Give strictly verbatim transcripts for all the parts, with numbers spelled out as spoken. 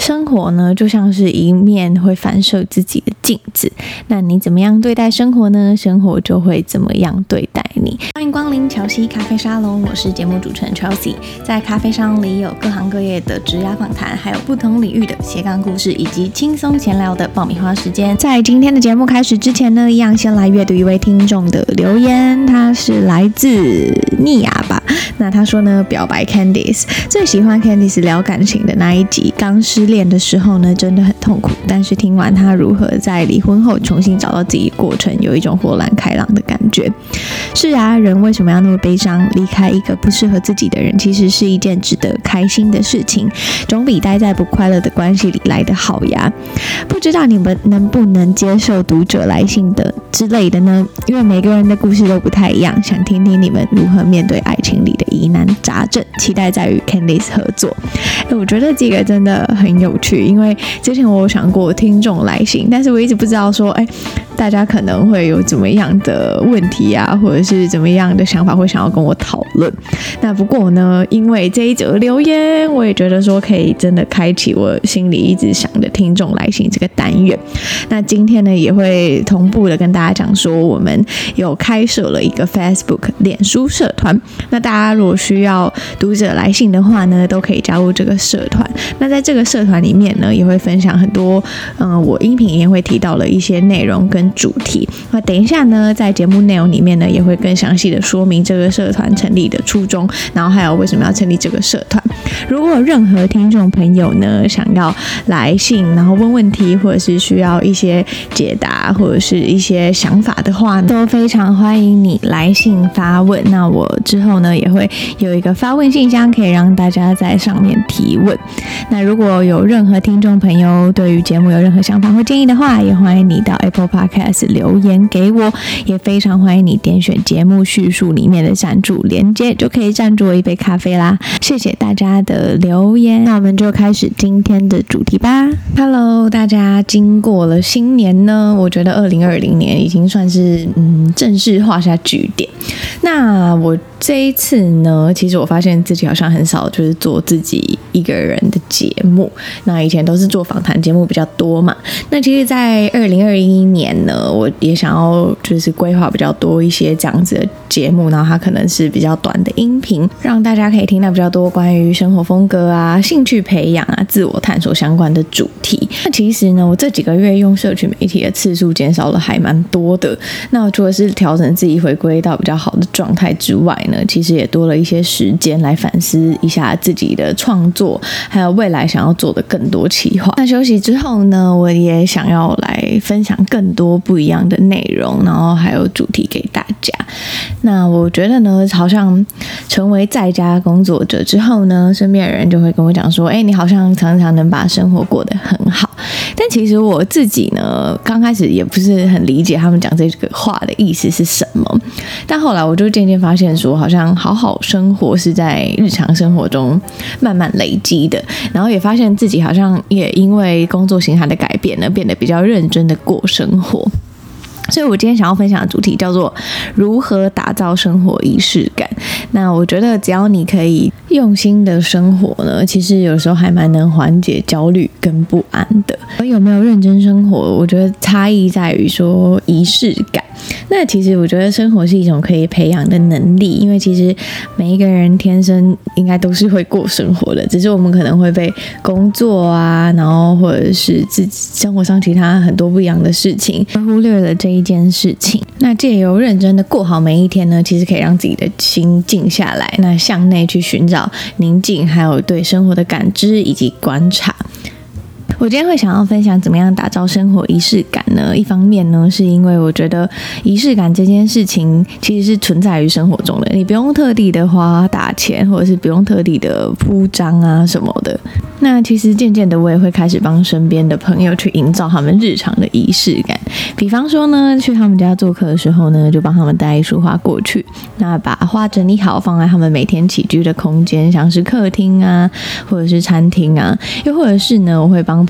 生活呢，就像是一面会反射自己的镜子。那你怎么样对待生活呢？生活就会怎么样对待你。欢迎光临乔西咖啡沙龙，我是节目主持人 Chelsea。在咖啡沙龙里有各行各业的职涯访谈，还有不同领域的斜杠故事，以及轻松闲聊的爆米花时间。在今天的节目开始之前呢，一样先来阅读一位听众的留言，他是来自尼亚吧。那他说呢，表白 Candice 最喜欢 Candice 聊感情的那一集。刚失恋的时候呢，真的很痛苦，但是听完他如何在离婚后重新找到自己的过程，有一种豁然开朗的感觉。是啊，人为什么要那么悲伤？离开一个不适合自己的人，其实是一件值得开心的事情，总比待在不快乐的关系里来得好呀。不知道你们能不能接受读者来信的之类的呢？因为每个人的故事都不太一样，想听听你们如何面对爱情里的疑难杂症，期待再与 Candice 合作。欸、我觉得这个真的很有趣，因为之前我有想过听众来信，但是我一直不知道说，哎、欸，大家可能会有怎么样的问题啊，或者是怎么样的想法会想要跟我讨论。那不过呢，因为这一则留言，我也觉得说可以真的开启我心里一直想的听众来信这个单元。那今天呢，也会同步的跟大家讲说，我们有开设了一个 Facebook 脸书社团。那大家如果需要读者来信的话呢，都可以加入这个社团。那在这个社团里面呢，也会分享很多嗯，我音频也会提到了一些内容跟主题。那等一下呢，在节目内容里面呢，也会更详细的说明这个社团成立的初衷，然后还有为什么要成立这个社团。如果有任何听众朋友呢想要来信，然后问问题，或者是需要一些解答，或者是一些想法的话，都非常欢迎你来信发问。那我之后呢也会有一个发问信箱，可以让大家在上面提问。那如果有任何听众朋友对于节目有任何想法或建议的话，也欢迎你到 Apple Podcast 留言给我，也非常欢迎你点选节目叙述里面的赞助连结，就可以赞助我一杯咖啡啦。谢谢大家的留言，那我们就开始今天的主题吧。Hello， 大家经过了新年呢，我觉得二零二零年已经算是嗯正式画下句点。那我这一次呢，其实我发现自己好像很少就是做自己一个人的节目，那以前都是做访谈节目比较多嘛。那其实在二零二一年呢，我也想要就是规划比较多一些这样子的节目，然后它可能是比较短的音频，让大家可以听到比较多关于生活风格啊、兴趣培养啊、自我探索相关的主题。那其实呢，我这几个月用社群媒体的次数减少了还蛮多的。那我除了是调整自己回归到比较好的状态之外呢，其实也多了一些时间来反思一下自己的创作，还有未来想要做的更多企划。那休息之后呢，我也想要来分享更多不一样的内容，然后还有主题给大家。那我觉得呢，好像成为在家工作者之后呢，身边的人就会跟我讲说，哎，你好像常常能把生活过得很好。但其实我自己呢，刚开始也不是很理解他们讲这个话的意思是什么。但后来我就渐渐发现说，好像好好生活是在日常生活中慢慢累积的，然后也发现自己好像也因为工作形态的改变呢，变得比较认真的过生活。所以我今天想要分享的主题叫做如何打造生活仪式感。那我觉得只要你可以用心的生活呢，其实有时候还蛮能缓解焦虑跟不安的。而有没有认真生活，我觉得差异在于说仪式感。那其实我觉得生活是一种可以培养的能力，因为其实每一个人天生应该都是会过生活的，只是我们可能会被工作啊，然后或者是自己生活上其他很多不一样的事情而忽略了这一件事情。那借由认真的过好每一天呢，其实可以让自己的心静下来，那向内去寻找宁静，还有对生活的感知以及观察。我今天会想要分享怎么样打造生活仪式感呢？一方面呢，是因为我觉得仪式感这件事情其实是存在于生活中的，你不用特地的花大钱，或者是不用特地的铺张啊什么的。那其实渐渐的，我也会开始帮身边的朋友去营造他们日常的仪式感。比方说呢，去他们家做客的时候呢，就帮他们带一束花过去，那把花整理好，放在他们每天起居的空间，像是客厅啊，或者是餐厅啊，又或者是呢，我会帮朋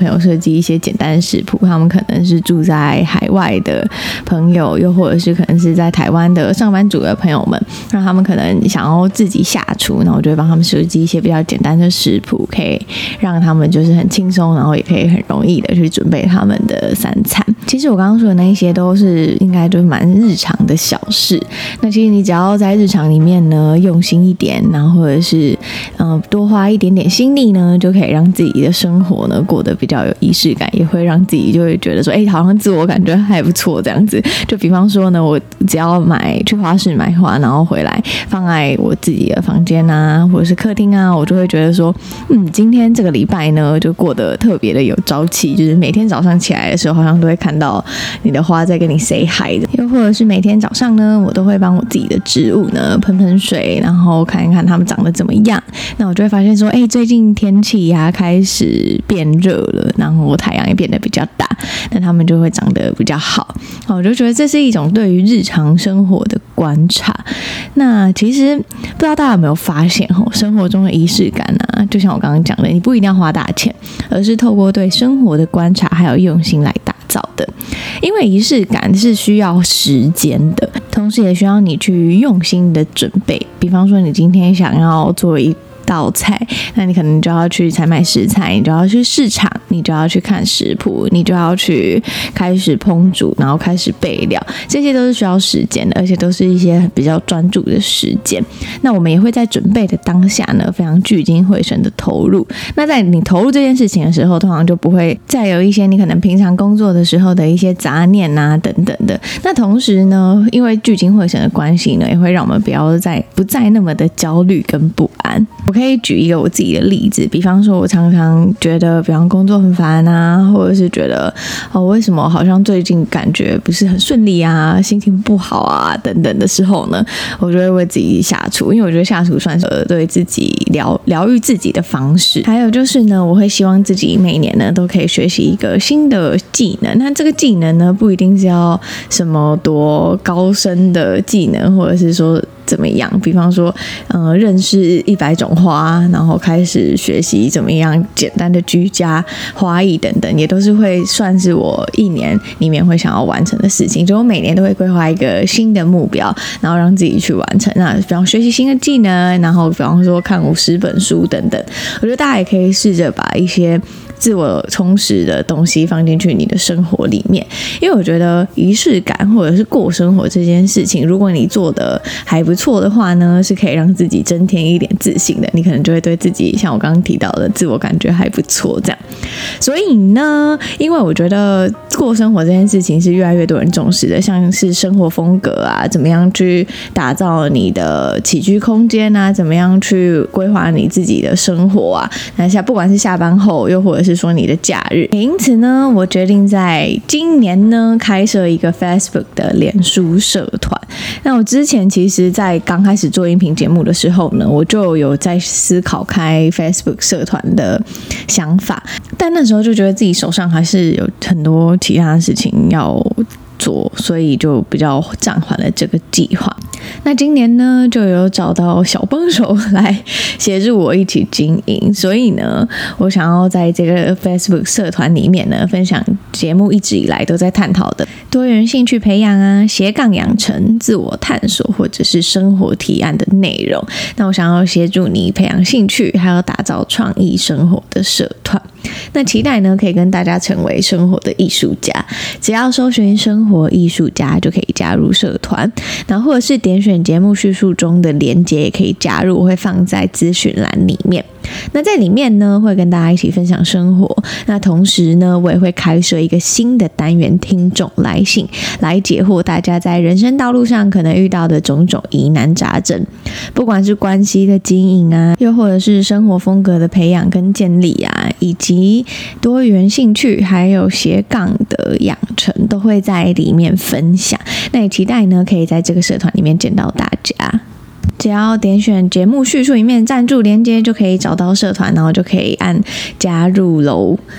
朋友设计一些简单的食谱，他们可能是住在海外的朋友，又或者是可能是在台湾的上班族的朋友们，让他们可能想要自己下厨，然后我就会帮他们设计一些比较简单的食谱，可以让他们就是很轻松，然后也可以很容易的去准备他们的三餐。其实我刚刚说的那一些都是应该就是蛮日常的小事，那其实你只要在日常里面呢用心一点，然后或者是呃多花一点点心力呢，就可以让自己的生活呢过得比较有仪式感，也会让自己就会觉得说，哎、欸，好像自我感觉还不错这样子。就比方说呢，我只要买去花市买花，然后回来放在我自己的房间啊，或者是客厅啊，我就会觉得说，嗯，今天这个礼拜呢就过得特别的有朝气，就是每天早上起来的时候，好像都会看到你的花在跟你 say hi 的，又或者是每天早上呢，我都会帮我自己的植物呢喷喷水，然后看一看它们长得怎么样。那我就会发现说，哎、欸，最近天气呀、啊、开始变热了，然后太阳也变得比较大，那它们就会长得比较好。我就觉得这是一种对于日常生活的观察。那其实不知道大家有没有发现，生活中的仪式感啊，就像我刚刚讲的，你不一定要花大钱，而是透过对生活的观察还有用心来打造的。因为仪式感是需要时间的，同时也需要你去用心的准备。比方说你今天想要做一道菜，那你可能就要去采买食材，你就要去市场，你就要去看食谱，你就要去开始烹煮，然后开始备料，这些都是需要时间的，而且都是一些比较专注的时间。那我们也会在准备的当下呢，非常聚精会神的投入。那在你投入这件事情的时候，通常就不会再有一些你可能平常工作的时候的一些杂念啊等等的。那同时呢，因为聚精会神的关系呢，也会让我们不要再不再那么的焦虑跟不安。我可以举一个我自己的例子，比方说我常常觉得比方工作很烦啊，或者是觉得哦为什么好像最近感觉不是很顺利啊，心情不好啊等等的时候呢，我就会为自己下厨，因为我觉得下厨算是对自己疗疗愈自己的方式。还有就是呢，我会希望自己每年呢都可以学习一个新的技能，那这个技能呢不一定是要什么多高深的技能，或者是说怎么样，比方说呃认识一百种花，然后开始学习怎么样简单的居家花艺等等，也都是会算是我一年里面会想要完成的事情。就我每年都会规划一个新的目标，然后让自己去完成。那比方学习新的技能，然后比方说看五十本书等等，我觉得大家也可以试着把一些自我充实的东西放进去你的生活里面。因为我觉得仪式感或者是过生活这件事情，如果你做的还不错的话呢，是可以让自己增添一点自信的，你可能就会对自己像我刚刚提到的自我感觉还不错这样。所以呢，因为我觉得过生活这件事情是越来越多人重视的，像是生活风格啊，怎么样去打造你的起居空间啊，怎么样去规划你自己的生活啊，那下不管是下班后又或者是说你的假日。因此呢，我决定在今年呢开设一个 Facebook 的脸书社团。那我之前其实在刚开始做音频节目的时候呢，我就有在思考开 Facebook 社团的想法，但那时候就觉得自己手上还是有很多其他的事情要做，所以就比较暂缓了这个计划。那今年呢，就有找到小帮手来协助我一起经营，所以呢，我想要在这个 Facebook 社团里面呢，分享节目一直以来都在探讨的多元兴趣培养啊、斜杠养成、自我探索或者是生活提案的内容。那我想要协助你培养兴趣，还有打造创意生活的社团。那期待呢，可以跟大家成为生活的艺术家，只要搜寻生活艺术家就可以加入社团，然后或者是点选节目叙述中的连结也可以加入，我会放在资讯栏里面。那在里面呢，会跟大家一起分享生活，那同时呢，我也会开设一个新的单元，听众来信，来解惑大家在人生道路上可能遇到的种种疑难杂症，不管是关系的经营啊，又或者是生活风格的培养跟建立啊，以及多元兴趣还有斜杠的养成，都会在里面分享。那也期待呢，可以在这个社团里面见到大家。只要点选节目叙述里面赞助连结，就可以找到社团，然后就可以按加入喽。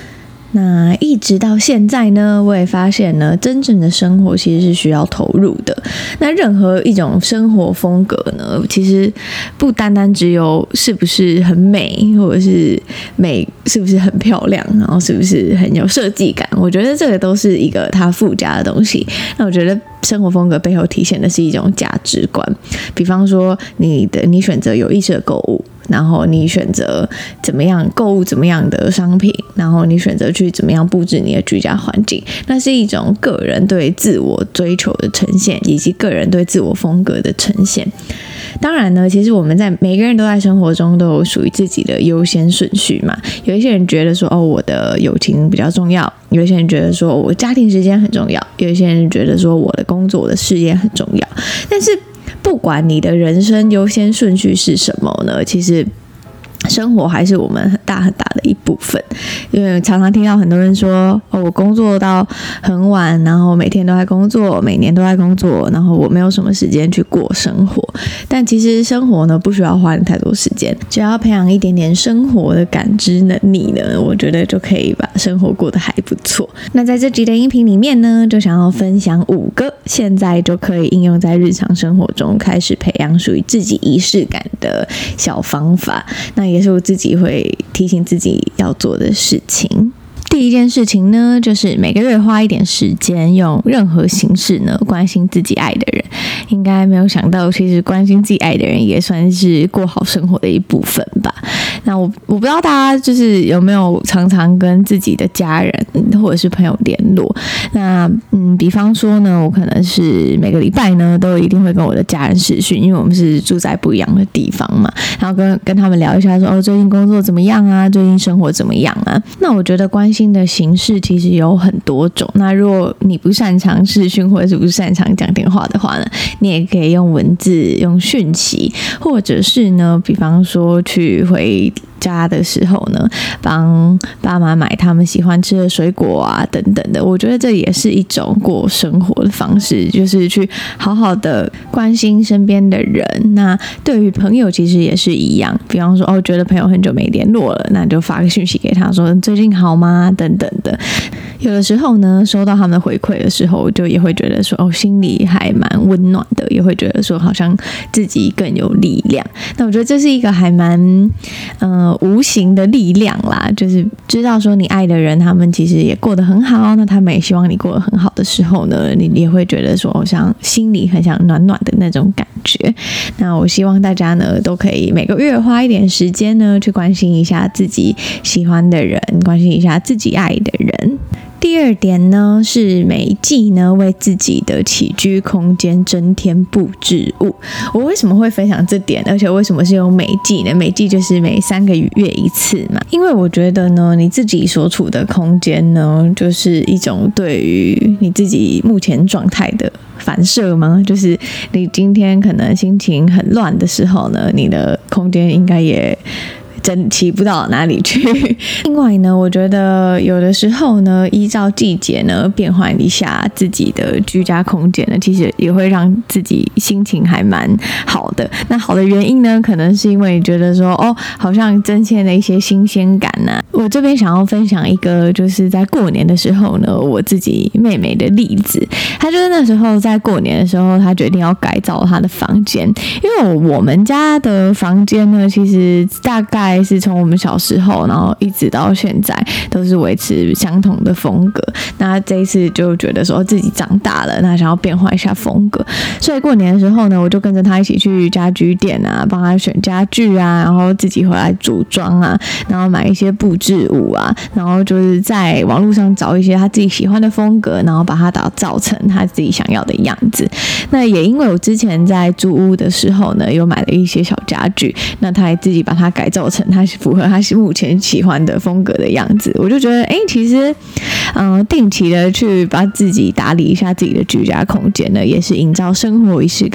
那一直到现在呢，我也发现呢，真正的生活其实是需要投入的。那任何一种生活风格呢，其实不单单只有是不是很美，或者是美是不是很漂亮，然后是不是很有设计感，我觉得这个都是一个它附加的东西。那我觉得生活风格背后体现的是一种价值观，比方说你的你选择有意识的购物，然后你选择怎么样购物怎么样的商品，然后你选择去怎么样布置你的居家环境，那是一种个人对自我追求的呈现，以及个人对自我风格的呈现。当然呢，其实我们在每个人都在生活中都有属于自己的优先顺序嘛。有一些人觉得说，哦，我的友情比较重要；有一些人觉得说，我家庭时间很重要；有一些人觉得说，我的工作、我的事业很重要。但是，不管你的人生优先顺序是什么呢，其实生活还是我们很大很大的一部分。因为常常听到很多人说，哦，我工作到很晚，然后每天都在工作，每年都在工作，然后我没有什么时间去过生活。但其实生活呢，不需要花太多时间，只要培养一点点生活的感知能力呢，我觉得就可以把生活过得还不错。那在这集的音频里面呢，就想要分享五个现在就可以应用在日常生活中，开始培养属于自己仪式感的小方法。那也是我自己会提醒自己要做的事情。第一件事情呢，就是每个月花一点时间，用任何形式呢关心自己爱的人。应该没有想到，其实关心自己爱的人也算是过好生活的一部分吧。那我我不知道大家就是有没有常常跟自己的家人或者是朋友联络。那嗯，比方说呢，我可能是每个礼拜呢都一定会跟我的家人视讯，因为我们是住在不一样的地方嘛，然后跟跟他们聊一下说，哦，最近工作怎么样啊？最近生活怎么样啊？那我觉得关心的形式其实有很多种。那如果你不擅长视讯或者是不擅长讲电话的话呢，你也可以用文字、用讯息，或者是呢，比方说去回家的时候呢，帮爸妈买他们喜欢吃的水果啊等等的。我觉得这也是一种过生活的方式，就是去好好的关心身边的人。那对于朋友其实也是一样，比方说哦，觉得朋友很久没联络了，那就发个讯息给他说最近好吗等等的。有的时候呢，收到他们的回馈的时候，就也会觉得说哦，心里还蛮温暖的，也会觉得说好像自己更有力量。那我觉得这是一个还蛮呃无形的力量啦，就是知道说你爱的人他们其实也过得很好，那他们也希望你过得很好的时候呢，你也会觉得说好像心里很想暖暖的那种感觉。那我希望大家呢都可以每个月花一点时间呢去关心一下自己喜欢的人，关心一下自己爱的人。第二点呢，是每季呢为自己的起居空间增添布置物。我为什么会分享这点，而且为什么是用每季呢？每季就是每三个月一次嘛。因为我觉得呢，你自己所处的空间呢，就是一种对于你自己目前状态的反射吗？就是你今天可能心情很乱的时候呢，你的空间应该也整齐不到哪里去。另外呢，我觉得有的时候呢，依照季节呢变换一下自己的居家空间呢，其实也会让自己心情还蛮好的。那好的原因呢，可能是因为你觉得说哦，好像增添了一些新鲜感啊。我这边想要分享一个，就是在过年的时候呢，我自己妹妹的例子。她就是那时候在过年的时候，她决定要改造她的房间，因为我们家的房间呢，其实大概是从我们小时候，然后一直到现在都是维持相同的风格。那这一次就觉得说自己长大了，那想要变换一下风格，所以过年的时候呢，我就跟着他一起去家居店啊，帮他选家具啊，然后自己回来组装啊，然后买一些布置物啊，然后就是在网络上找一些他自己喜欢的风格，然后把它打造成他自己想要的样子。那也因为我之前在租屋的时候呢，有买了一些小家具，那他也自己把它改造成他符合他目前喜欢的风格的样子。我就觉得哎，其实嗯、呃，定期的去把自己打理一下自己的居家空间呢，也是营造生活仪式感很大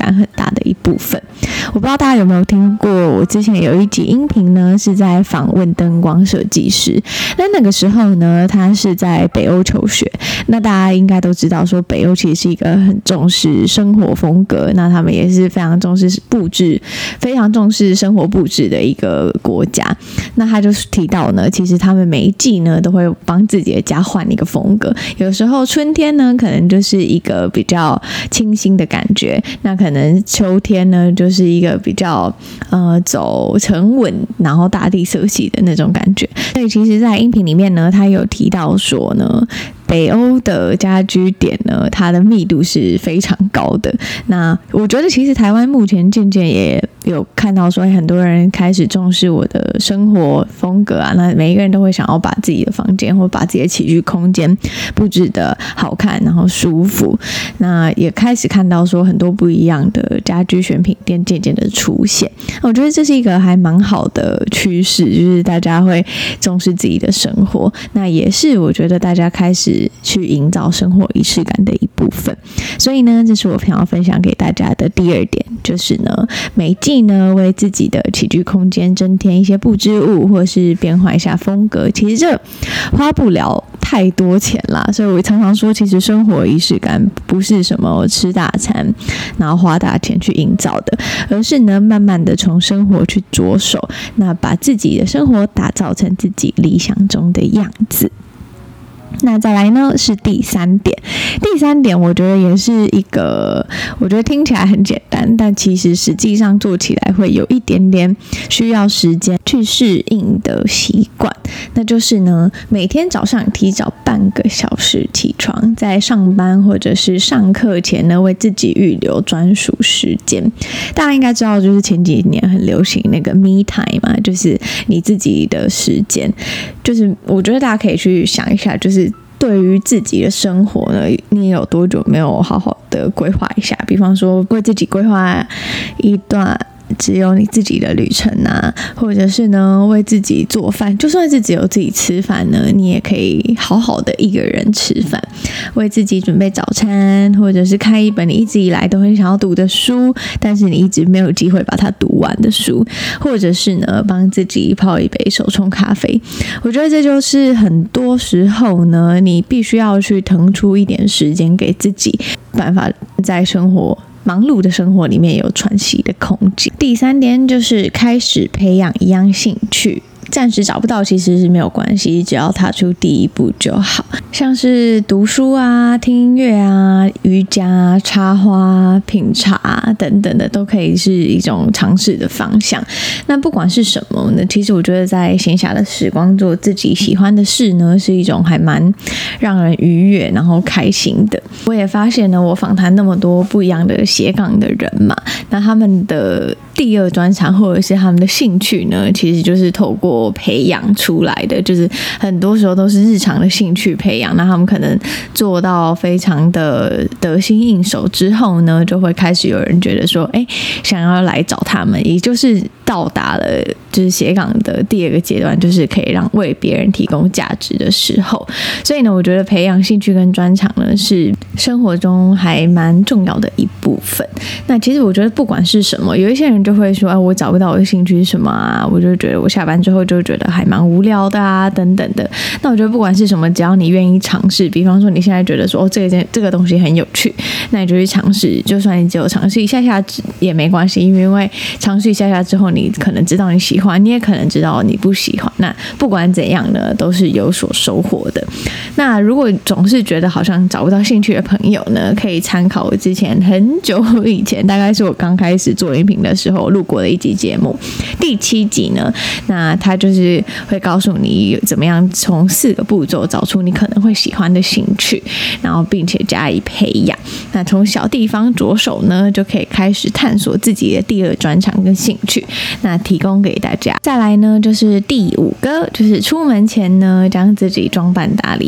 大的一部分。我不知道大家有没有听过，我之前有一集音频呢是在访问灯光设计师，那那个时候呢他是在北欧求学，那大家应该都知道说北欧其实是一个很重视生活风格，那他们也是非常重视布置，非常重视生活布置的一个国家。那他就提到呢，其实他们每一季呢都会帮自己的家换一个风格，有时候春天呢可能就是一个比较清新的感觉，那可能秋天呢就是一个比较呃走沉稳然后大地色系的那种感觉。所以其实在音频里面呢他有提到说呢，北欧的家居点呢它的密度是非常高的。那我觉得其实台湾目前渐渐也有看到说很多人开始重视我的生活风格啊，那每一个人都会想要把自己的房间或把自己的起居空间布置的好看然后舒服，那也开始看到说很多不一样的家居选品店渐渐的出现。我觉得这是一个还蛮好的趋势，就是大家会重视自己的生活，那也是我觉得大家开始去营造生活仪式感的一部分。所以呢这是我想要分享给大家的第二点，就是呢每季呢为自己的起居空间增添一些布置物，或是变换一下风格，其实这花不了太多钱啦。所以我常常说其实生活仪式感不是什么吃大餐然后花大钱去营造的，而是呢慢慢的从生活去着手，那把自己的生活打造成自己理想中的样子。那再来呢是第三点，第三点我觉得也是一个我觉得听起来很简单，但其实实际上做起来会有一点点需要时间去适应的习惯，那就是呢每天早上提早半个小时起床，在上班或者是上课前呢为自己预留专属时间。大家应该知道就是前几年很流行那个 me time 嘛，就是你自己的时间，就是我觉得大家可以去想一下，就是对于自己的生活呢你有多久没有好好的规划一下，比方说为自己规划一段只有你自己的旅程啊，或者是呢为自己做饭，就算是只有自己吃饭呢你也可以好好的一个人吃饭，为自己准备早餐，或者是看一本你一直以来都很想要读的书，但是你一直没有机会把它读完的书，或者是呢帮自己泡一杯手冲咖啡。我觉得这就是很多时候呢你必须要去腾出一点时间给自己，办法在生活忙碌的生活里面有喘息的空间。第三点就是开始培养一样兴趣，暂时找不到其实是没有关系，只要踏出第一步就好，像是读书啊、听音乐啊、瑜伽、插花、品茶等等的都可以是一种尝试的方向。那不管是什么呢，其实我觉得在闲暇的时光做自己喜欢的事呢是一种还蛮让人愉悦然后开心的。我也发现呢我访谈那么多不一样的斜杠的人嘛，那他们的第二专长或者是他们的兴趣呢其实就是透过培养出来的，就是很多时候都是日常的兴趣培养，那他们可能做到非常的得心应手之后呢，就会开始有人觉得说哎，想要来找他们，也就是到达了就是斜杠的第二个阶段，就是可以让为别人提供价值的时候。所以呢我觉得培养兴趣跟专长呢是生活中还蛮重要的一部分。那其实我觉得不管是什么，有一些人就会说、啊、我找不到我的兴趣是什么啊，我就觉得我下班之后就觉得还蛮无聊的啊等等的。那我觉得不管是什么，只要你愿意尝试，比方说你现在觉得说哦这个这个东西很有趣，那你就去尝试，就算你只有尝试一下下也没关系，因为因为尝试一下下之后你可能知道你喜欢，你也可能知道你不喜欢，那不管怎样呢都是有所收获的。那如果总是觉得好像找不到兴趣的朋友呢，可以参考我之前很久以前，大概是我刚开始做音频的时候录过的一集节目，第七集呢，那他就是会告诉你怎么样从四个步骤找出你可能会喜欢的兴趣，然后并且加以培养。那从小地方着手呢，就可以开始探索自己的第二专长跟兴趣，那提供给大家。再来呢就是第五个，就是出门前呢将自己装扮打理好。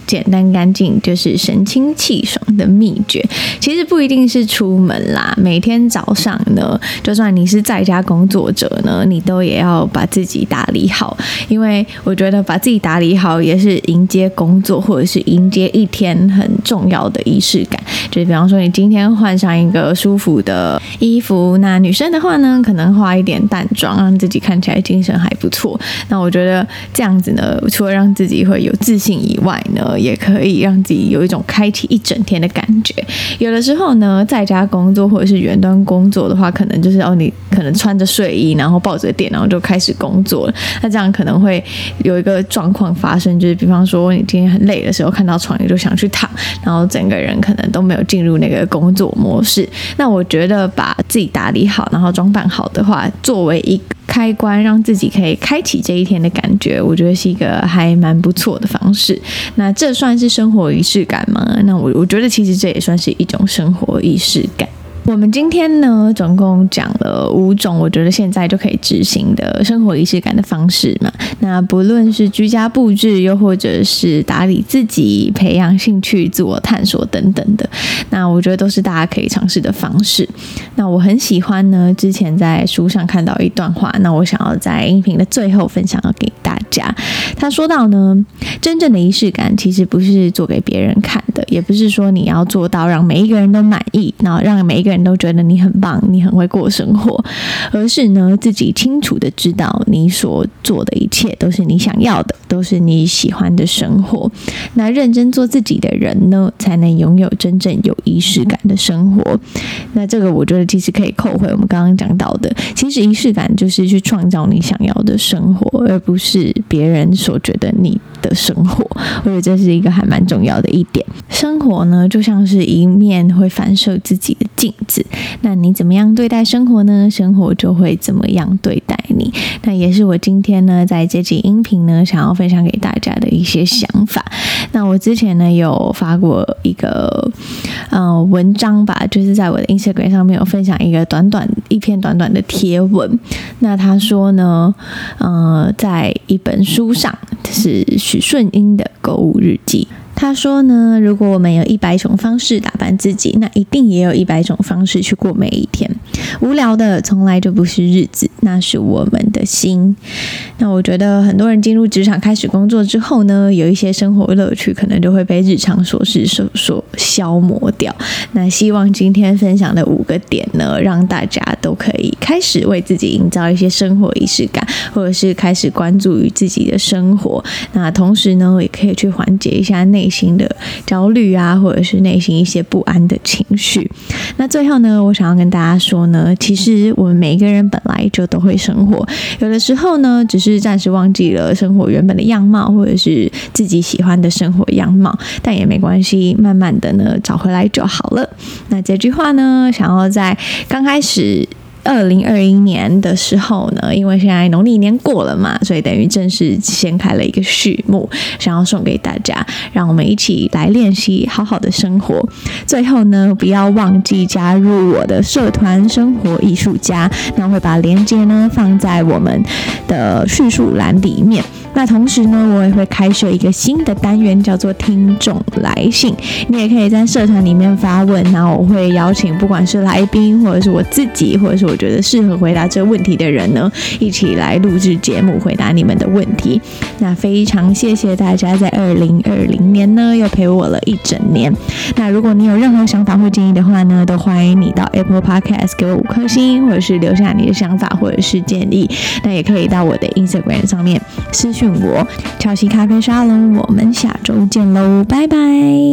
简单干净就是神清气爽的秘诀。其实不一定是出门啦，每天早上呢，就算你是在家工作者呢，你都也要把自己打理好，因为我觉得把自己打理好也是迎接工作或者是迎接一天很重要的仪式感。就是比方说你今天换上一个舒服的衣服，那女生的话呢，可能化一点淡妆，让自己看起来精神还不错。那我觉得这样子呢，除了让自己会有自信以外呢，也可以让自己有一种开启一整天的感觉。有的时候呢，在家工作或者是远端工作的话，可能就是哦，你可能穿着睡衣，然后抱着电脑就开始工作了。那这样可能会有一个状况发生，就是比方说你今天很累的时候，看到床你就想去躺，然后整个人可能都没有进入那个工作模式。那我觉得把自己打理好，然后装扮好的话，作为一个开关，让自己可以开启这一天的感觉，我觉得是一个还蛮不错的方式。那这算是生活仪式感吗？那我我觉得其实这也算是一种生活仪式感。我们今天呢，总共讲了五种我觉得现在就可以执行的生活仪式感的方式嘛。那不论是居家布置，又或者是打理自己、培养兴趣、自我探索等等的，那我觉得都是大家可以尝试的方式。那我很喜欢呢，之前在书上看到一段话，那我想要在音频的最后分享给大家。他说到呢，真正的仪式感其实不是做给别人看的，也不是说你要做到让每一个人都满意，然后让每一个人都觉得你很棒，你很会过生活，而是呢，自己清楚的知道你所做的一切都是你想要的，都是你喜欢的生活。那认真做自己的人呢，才能拥有真正有仪式感的生活。那这个我觉得其实可以扣回我们刚刚讲到的，其实仪式感就是去创造你想要的生活，而不是别人所觉得你的生活。我觉得这是一个还蛮重要的一点。生活呢，就像是一面会反射自己的镜子，那你怎么样对待生活呢？生活就会怎么样对待你。那也是我今天呢，在这集音频呢，想要分享给大家的一些想法。那我之前呢，有发过一个呃文章吧，就是在我的 Instagram 上面有分享一个短短一篇短短的贴文。那他说呢，呃，在一本书上，是许顺英的购物日记。他说呢，如果我们有一百种方式打扮自己，那一定也有一百种方式去过每一天。无聊的从来就不是日子，那是我们的心。那我觉得很多人进入职场开始工作之后呢，有一些生活乐趣可能就会被日常琐事所所消磨掉。那希望今天分享的五个点呢，让大家都可以开始为自己营造一些生活仪式感，或者是开始关注于自己的生活。那同时呢，也可以去缓解一下内心的焦虑啊，或者是内心一些不安的情绪。那最后呢，我想要跟大家说呢，其实我们每一个人本来就都会生活，有的时候呢，只是暂时忘记了生活原本的样貌，或者是自己喜欢的生活样貌，但也没关系，慢慢的呢找回来就好了。那这句话呢，想要在刚开始二零二一年的时候呢，因为现在农历年过了嘛，所以等于正式掀开了一个序幕，想要送给大家，让我们一起来练习好好的生活。最后呢，不要忘记加入我的社团生活艺术家，那我会把链接呢放在我们的叙述栏里面。那同时呢，我也会开设一个新的单元，叫做听众来信。你也可以在社团里面发问，然后我会邀请不管是来宾，或者是我自己，或者是我觉得适合回答这个问题的人呢，一起来录制节目，回答你们的问题。那非常谢谢大家在二零二零年呢又陪我了一整年。那如果你有任何想法或建议的话呢，都欢迎你到 Apple Podcast 给我五颗星，或者是留下你的想法或者是建议。那也可以到我的 Instagram 上面私讯我，乔西咖啡沙龙，我们下周见喽，拜拜。